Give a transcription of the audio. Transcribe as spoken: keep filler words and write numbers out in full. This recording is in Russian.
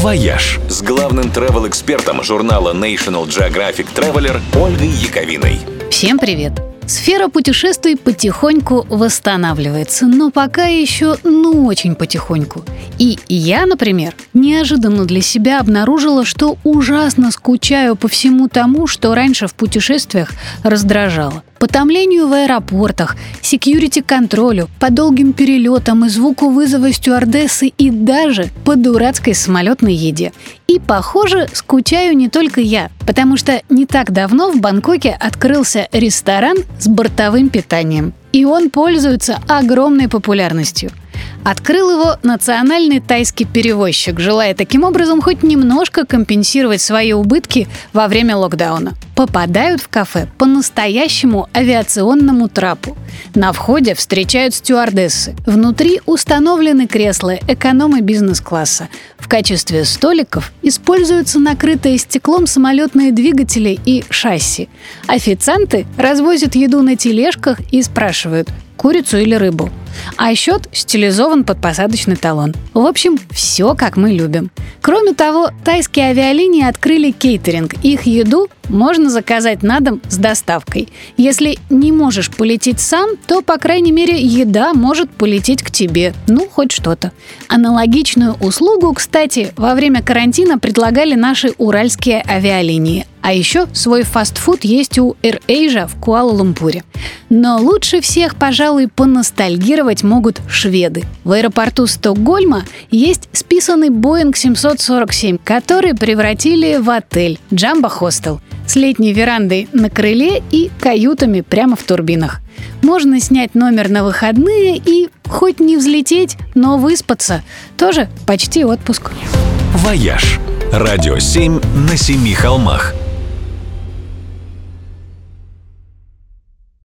«Вояж» с главным travel-экспертом журнала National Geographic Traveler Ольгой Яковиной. Всем привет! Сфера путешествий потихоньку восстанавливается, но пока еще ну очень потихоньку. И я, например, неожиданно для себя обнаружила, что ужасно скучаю по всему тому, что раньше в путешествиях раздражало. По томлению в аэропортах, секьюрити-контролю, по долгим перелетам и звуку вызова стюардессы и даже по дурацкой самолетной еде. И, похоже, скучаю не только я, потому что не так давно в Бангкоке открылся ресторан с бортовым питанием. И он пользуется огромной популярностью. Открыл его национальный тайский перевозчик, желая таким образом хоть немножко компенсировать свои убытки во время локдауна. Попадают в кафе по настоящему авиационному трапу. На входе встречают стюардессы. Внутри установлены кресла эконом- и бизнес-класса. В качестве столиков используются накрытые стеклом самолетные двигатели и шасси. Официанты развозят еду на тележках и спрашивают – курицу или рыбу. А счет стилизован под посадочный талон. В общем, все как мы любим. Кроме того, тайские авиалинии открыли кейтеринг. Их еду можно заказать на дом с доставкой. Если не можешь полететь сам, то, по крайней мере, еда может полететь к тебе. Ну, хоть что-то. Аналогичную услугу, кстати, во время карантина предлагали наши уральские авиалинии. А еще свой фастфуд есть у AirAsia в Куала-Лумпуре. Но лучше всех, пожалуй, поностальгировать могут шведы. В аэропорту Стокгольма есть списанный Боинг семьсот сорок семь, который превратили в отель Jumbo Hostel с летней верандой на крыле и каютами прямо в турбинах. Можно снять номер на выходные и хоть не взлететь, но выспаться. Тоже почти отпуск. «Вояж». Радио семь на семи холмах.